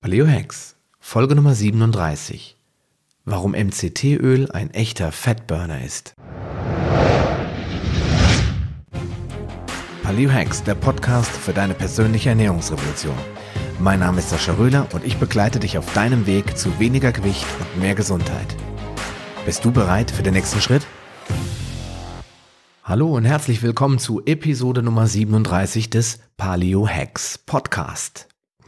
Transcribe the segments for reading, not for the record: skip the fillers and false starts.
Paleo Hacks, Folge Nummer 37. Warum MCT-Öl ein echter Fatburner ist. Paleo Hacks, der Podcast für deine persönliche Ernährungsrevolution. Mein Name ist Sascha Röhler und ich begleite dich auf deinem Weg zu weniger Gewicht und mehr Gesundheit. Bist du bereit für den nächsten Schritt? Hallo und herzlich willkommen zu Episode Nummer 37 des Paleo Hacks Podcast.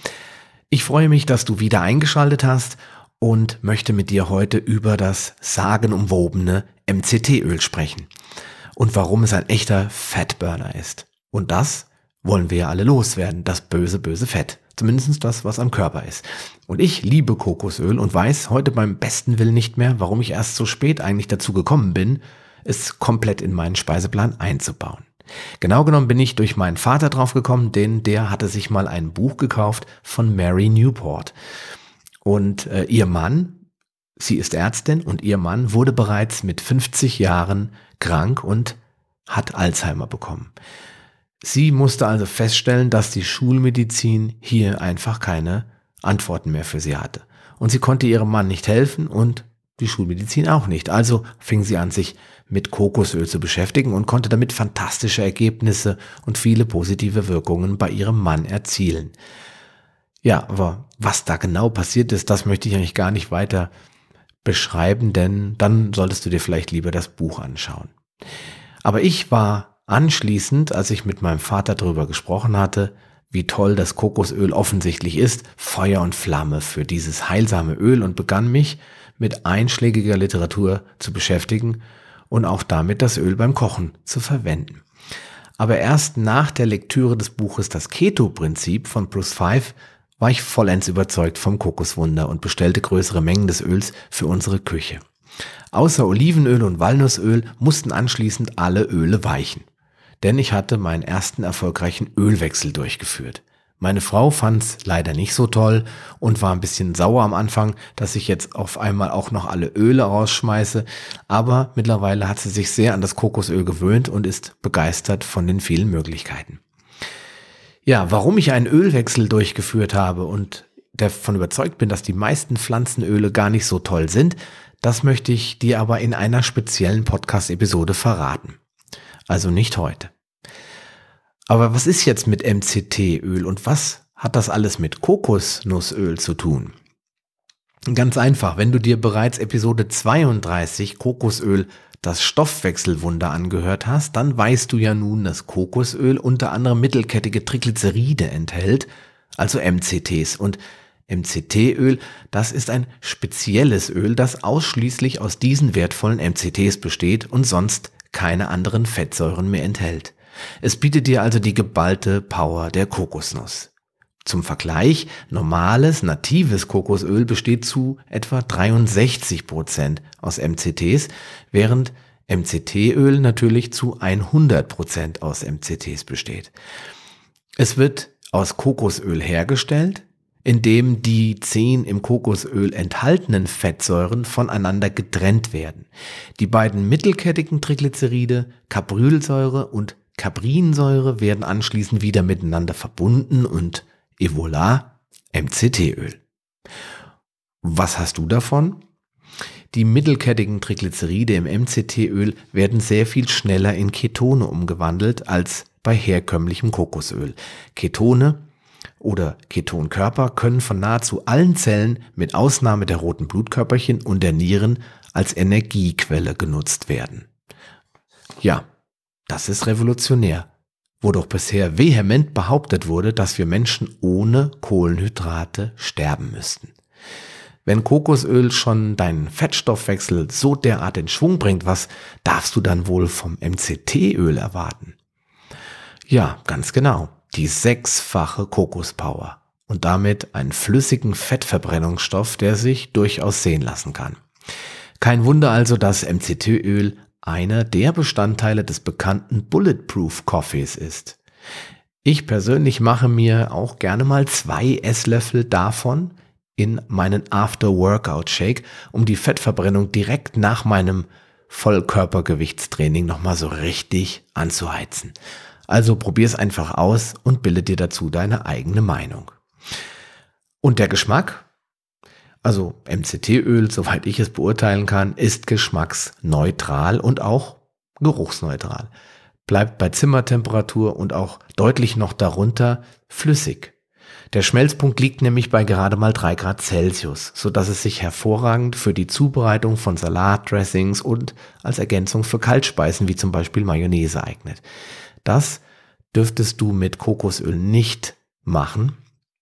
Ich freue mich, dass du wieder eingeschaltet hast und möchte mit dir heute über das sagenumwobene MCT-Öl sprechen und warum es ein echter Fatburner ist. Und das wollen wir ja alle loswerden, das böse, böse Fett. Zumindest das, was am Körper ist. Und ich liebe Kokosöl und weiß heute beim besten Willen nicht mehr, warum ich erst so spät eigentlich dazu gekommen bin, es komplett in meinen Speiseplan einzubauen. Genau genommen bin ich durch meinen Vater drauf gekommen, denn der hatte sich mal ein Buch gekauft von Mary Newport. Und ihr Mann, sie ist Ärztin und ihr Mann wurde bereits mit 50 Jahren krank und hat Alzheimer bekommen. Sie musste also feststellen, dass die Schulmedizin hier einfach keine Antworten mehr für sie hatte. Und sie konnte ihrem Mann nicht helfen und die Schulmedizin auch nicht. Also fing sie an, sich mit Kokosöl zu beschäftigen und konnte damit fantastische Ergebnisse und viele positive Wirkungen bei ihrem Mann erzielen. Ja, aber was da genau passiert ist, das möchte ich eigentlich gar nicht weiter beschreiben, denn dann solltest du dir vielleicht lieber das Buch anschauen. Aber ich war anschließend, als ich mit meinem Vater darüber gesprochen hatte, wie toll das Kokosöl offensichtlich ist, Feuer und Flamme für dieses heilsame Öl und begann mich mit einschlägiger Literatur zu beschäftigen und auch damit das Öl beim Kochen zu verwenden. Aber erst nach der Lektüre des Buches Das Keto-Prinzip von Bruce Fife war ich vollends überzeugt vom Kokoswunder und bestellte größere Mengen des Öls für unsere Küche. Außer Olivenöl und Walnussöl mussten anschließend alle Öle weichen, denn ich hatte meinen ersten erfolgreichen Ölwechsel durchgeführt. Meine Frau fand's leider nicht so toll und war ein bisschen sauer am Anfang, dass ich jetzt auf einmal auch noch alle Öle rausschmeiße, aber mittlerweile hat sie sich sehr an das Kokosöl gewöhnt und ist begeistert von den vielen Möglichkeiten. Ja, warum ich einen Ölwechsel durchgeführt habe und davon überzeugt bin, dass die meisten Pflanzenöle gar nicht so toll sind, das möchte ich dir aber in einer speziellen Podcast-Episode verraten. Also nicht heute. Aber was ist jetzt mit MCT-Öl und was hat das alles mit Kokosnussöl zu tun? Ganz einfach, wenn du dir bereits Episode 32 Kokosöl, das Stoffwechselwunder angehört hast, dann weißt du ja nun, dass Kokosöl unter anderem mittelkettige Triglyceride enthält, also MCTs. Und MCT-Öl, das ist ein spezielles Öl, das ausschließlich aus diesen wertvollen MCTs besteht und sonst keine anderen Fettsäuren mehr enthält. Es bietet dir also die geballte Power der Kokosnuss. Zum Vergleich, normales, natives Kokosöl besteht zu etwa 63% aus MCTs, während MCT-Öl natürlich zu 100% aus MCTs besteht. Es wird aus Kokosöl hergestellt, indem die 10 im Kokosöl enthaltenen Fettsäuren voneinander getrennt werden. Die beiden mittelkettigen Triglyceride, Caprylsäure und Caprinsäure werden anschließend wieder miteinander verbunden und et voilà, MCT-Öl. Was hast du davon? Die mittelkettigen Triglyceride im MCT-Öl werden sehr viel schneller in Ketone umgewandelt als bei herkömmlichem Kokosöl. Ketone oder Ketonkörper können von nahezu allen Zellen mit Ausnahme der roten Blutkörperchen und der Nieren als Energiequelle genutzt werden. Ja, das ist revolutionär, wo doch bisher vehement behauptet wurde, dass wir Menschen ohne Kohlenhydrate sterben müssten. Wenn Kokosöl schon deinen Fettstoffwechsel so derart in Schwung bringt, was darfst du dann wohl vom MCT-Öl erwarten? Ja, ganz genau, die 6-fache Kokospower und damit einen flüssigen Fettverbrennungsstoff, der sich durchaus sehen lassen kann. Kein Wunder also, dass MCT-Öl einer der Bestandteile des bekannten Bulletproof Coffees ist. Ich persönlich mache mir auch gerne mal 2 Esslöffel davon in meinen After-Workout-Shake, um die Fettverbrennung direkt nach meinem Vollkörpergewichtstraining nochmal so richtig anzuheizen. Also probier's einfach aus und bilde dir dazu deine eigene Meinung. Und der Geschmack, also MCT-Öl, soweit ich es beurteilen kann, ist geschmacksneutral und auch geruchsneutral. Bleibt bei Zimmertemperatur und auch deutlich noch darunter flüssig. Der Schmelzpunkt liegt nämlich bei gerade mal 3 Grad Celsius, sodass es sich hervorragend für die Zubereitung von Salatdressings und als Ergänzung für Kaltspeisen wie zum Beispiel Mayonnaise eignet. Das dürftest du mit Kokosöl nicht machen.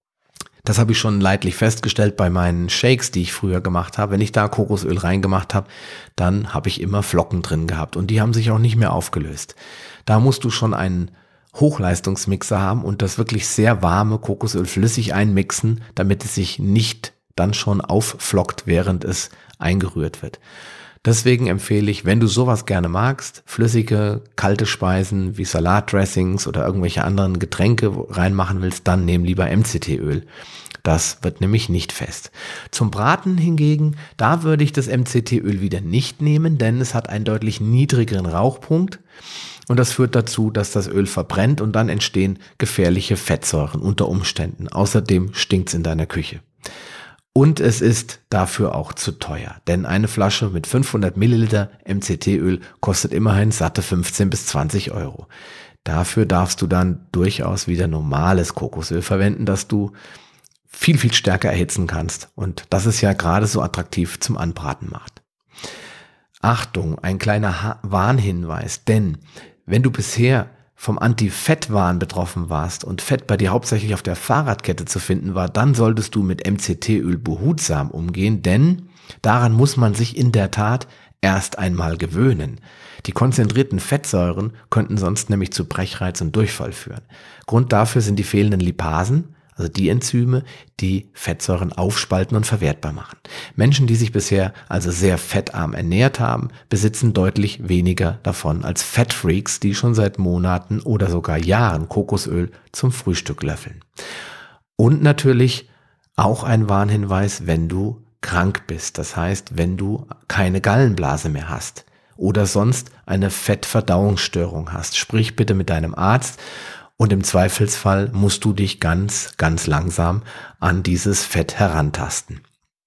Das habe ich schon leidlich festgestellt bei meinen Shakes, die ich früher gemacht habe. Wenn ich da Kokosöl reingemacht habe, dann habe ich immer Flocken drin gehabt und die haben sich auch nicht mehr aufgelöst. Da musst du schon einen Hochleistungsmixer haben und das wirklich sehr warme Kokosöl flüssig einmixen, damit es sich nicht dann schon aufflockt, während es eingerührt wird. Deswegen empfehle ich, wenn du sowas gerne magst, flüssige, kalte Speisen wie Salatdressings oder irgendwelche anderen Getränke reinmachen willst, dann nimm lieber MCT-Öl. Das wird nämlich nicht fest. Zum Braten hingegen, da würde ich das MCT-Öl wieder nicht nehmen, denn es hat einen deutlich niedrigeren Rauchpunkt. Und das führt dazu, dass das Öl verbrennt und dann entstehen gefährliche Fettsäuren unter Umständen. Außerdem stinkt's in deiner Küche. Und es ist dafür auch zu teuer, denn eine Flasche mit 500 Milliliter MCT-Öl kostet immerhin satte 15 bis 20 Euro. Dafür darfst du dann durchaus wieder normales Kokosöl verwenden, das du viel, viel stärker erhitzen kannst und das es ja gerade so attraktiv zum Anbraten macht. Achtung, ein kleiner Warnhinweis, denn wenn du bisher vom Anti-Fett-Wahn betroffen warst und Fett bei dir hauptsächlich auf der Fahrradkette zu finden war, dann solltest du mit MCT-Öl behutsam umgehen, denn daran muss man sich in der Tat erst einmal gewöhnen. Die konzentrierten Fettsäuren könnten sonst nämlich zu Brechreiz und Durchfall führen. Grund dafür sind die fehlenden Lipasen, also die Enzyme, die Fettsäuren aufspalten und verwertbar machen. Menschen, die sich bisher also sehr fettarm ernährt haben, besitzen deutlich weniger davon als Fettfreaks, die schon seit Monaten oder sogar Jahren Kokosöl zum Frühstück löffeln. Und natürlich auch ein Warnhinweis, wenn du krank bist, das heißt, wenn du keine Gallenblase mehr hast oder sonst eine Fettverdauungsstörung hast. Sprich bitte mit deinem Arzt. Und im Zweifelsfall musst du dich ganz, ganz langsam an dieses Fett herantasten.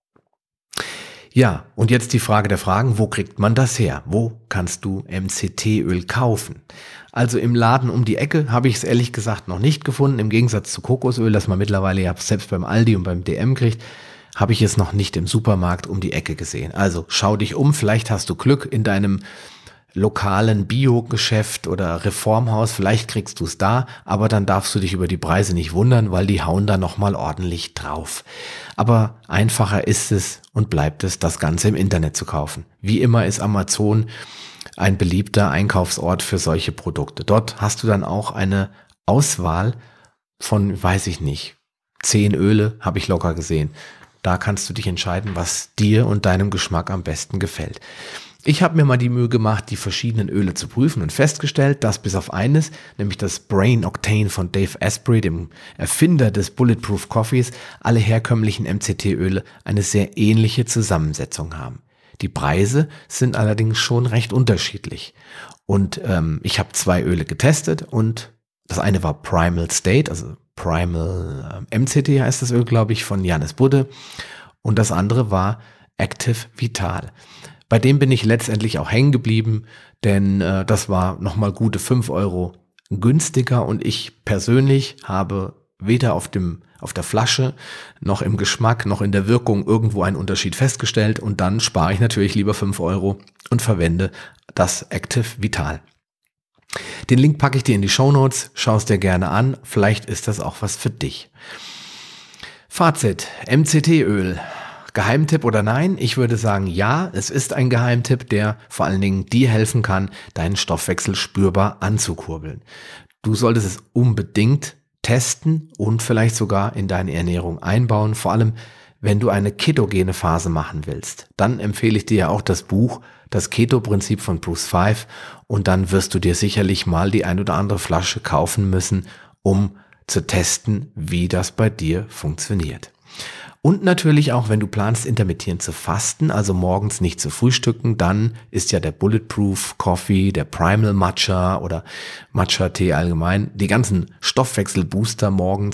Ja, und jetzt die Frage der Fragen, wo kriegt man das her? Wo kannst du MCT-Öl kaufen? Also im Laden um die Ecke habe ich es ehrlich gesagt noch nicht gefunden. Im Gegensatz zu Kokosöl, das man mittlerweile ja selbst beim Aldi und beim DM kriegt, habe ich es noch nicht im Supermarkt um die Ecke gesehen. Also schau dich um, vielleicht hast du Glück in deinem lokalen Biogeschäft oder Reformhaus, vielleicht kriegst du es da, aber dann darfst du dich über die Preise nicht wundern, weil die hauen da nochmal ordentlich drauf. Aber einfacher ist es und bleibt es, das Ganze im Internet zu kaufen. Wie immer ist Amazon ein beliebter Einkaufsort für solche Produkte. Dort hast du dann auch eine Auswahl von, weiß ich nicht, 10 Öle, habe ich locker gesehen. Da kannst du dich entscheiden, was dir und deinem Geschmack am besten gefällt. Ich habe mir mal die Mühe gemacht, die verschiedenen Öle zu prüfen und festgestellt, dass bis auf eines, nämlich das Brain Octane von Dave Asprey, dem Erfinder des Bulletproof Coffees, alle herkömmlichen MCT-Öle eine sehr ähnliche Zusammensetzung haben. Die Preise sind allerdings schon recht unterschiedlich. Und ich habe 2 Öle getestet und das eine war Primal State, also Primal MCT heißt das Öl, glaube ich, von Janis Budde. Und das andere war Active Vital. Bei dem bin ich letztendlich auch hängen geblieben, denn das war nochmal gute 5 Euro günstiger und ich persönlich habe weder auf der Flasche noch im Geschmack noch in der Wirkung irgendwo einen Unterschied festgestellt und dann spare ich natürlich lieber 5 Euro und verwende das Active Vital. Den Link packe ich dir in die Shownotes, schau es dir gerne an, vielleicht ist das auch was für dich. Fazit, MCT-Öl. Geheimtipp oder nein? Ich würde sagen, ja, es ist ein Geheimtipp, der vor allen Dingen dir helfen kann, deinen Stoffwechsel spürbar anzukurbeln. Du solltest es unbedingt testen und vielleicht sogar in deine Ernährung einbauen, vor allem wenn du eine ketogene Phase machen willst. Dann empfehle ich dir ja auch das Buch Das Keto-Prinzip von Bruce Fife und dann wirst du dir sicherlich mal die ein oder andere Flasche kaufen müssen, um zu testen, wie das bei dir funktioniert. Und natürlich auch, wenn du planst, intermittierend zu fasten, also morgens nicht zu frühstücken, dann ist ja der Bulletproof Coffee, der Primal Matcha oder Matcha-Tee allgemein, die ganzen Stoffwechselbooster morgens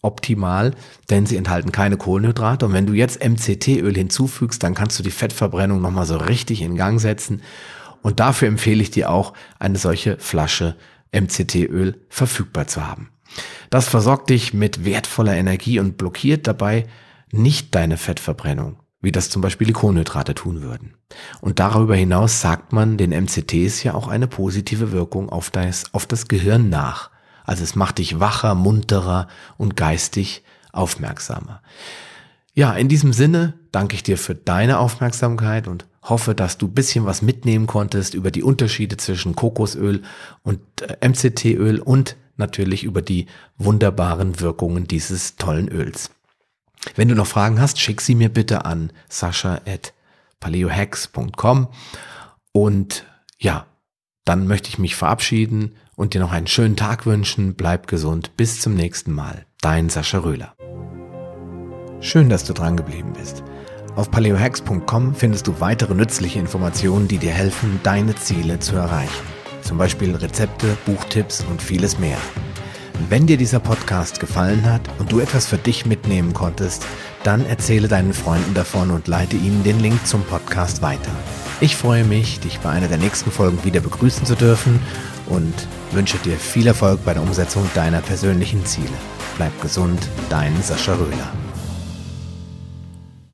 optimal, denn sie enthalten keine Kohlenhydrate. Und wenn du jetzt MCT-Öl hinzufügst, dann kannst du die Fettverbrennung nochmal so richtig in Gang setzen. Und dafür empfehle ich dir auch, eine solche Flasche MCT-Öl verfügbar zu haben. Das versorgt dich mit wertvoller Energie und blockiert dabei nicht deine Fettverbrennung, wie das zum Beispiel die Kohlenhydrate tun würden. Und darüber hinaus sagt man den MCTs ja auch eine positive Wirkung auf das Gehirn nach. Also es macht dich wacher, munterer und geistig aufmerksamer. Ja, in diesem Sinne danke ich dir für deine Aufmerksamkeit und hoffe, dass du ein bisschen was mitnehmen konntest über die Unterschiede zwischen Kokosöl und MCT-Öl und natürlich über die wunderbaren Wirkungen dieses tollen Öls. Wenn du noch Fragen hast, schick sie mir bitte an sascha@paleohacks.com und ja, dann möchte ich mich verabschieden und dir noch einen schönen Tag wünschen. Bleib gesund. Bis zum nächsten Mal. Dein Sascha Röhler. Schön, dass du dran geblieben bist. Auf paleohacks.com findest du weitere nützliche Informationen, die dir helfen, deine Ziele zu erreichen. Zum Beispiel Rezepte, Buchtipps und vieles mehr. Wenn dir dieser Podcast gefallen hat und du etwas für dich mitnehmen konntest, dann erzähle deinen Freunden davon und leite ihnen den Link zum Podcast weiter. Ich freue mich, dich bei einer der nächsten Folgen wieder begrüßen zu dürfen und wünsche dir viel Erfolg bei der Umsetzung deiner persönlichen Ziele. Bleib gesund, dein Sascha Röhler.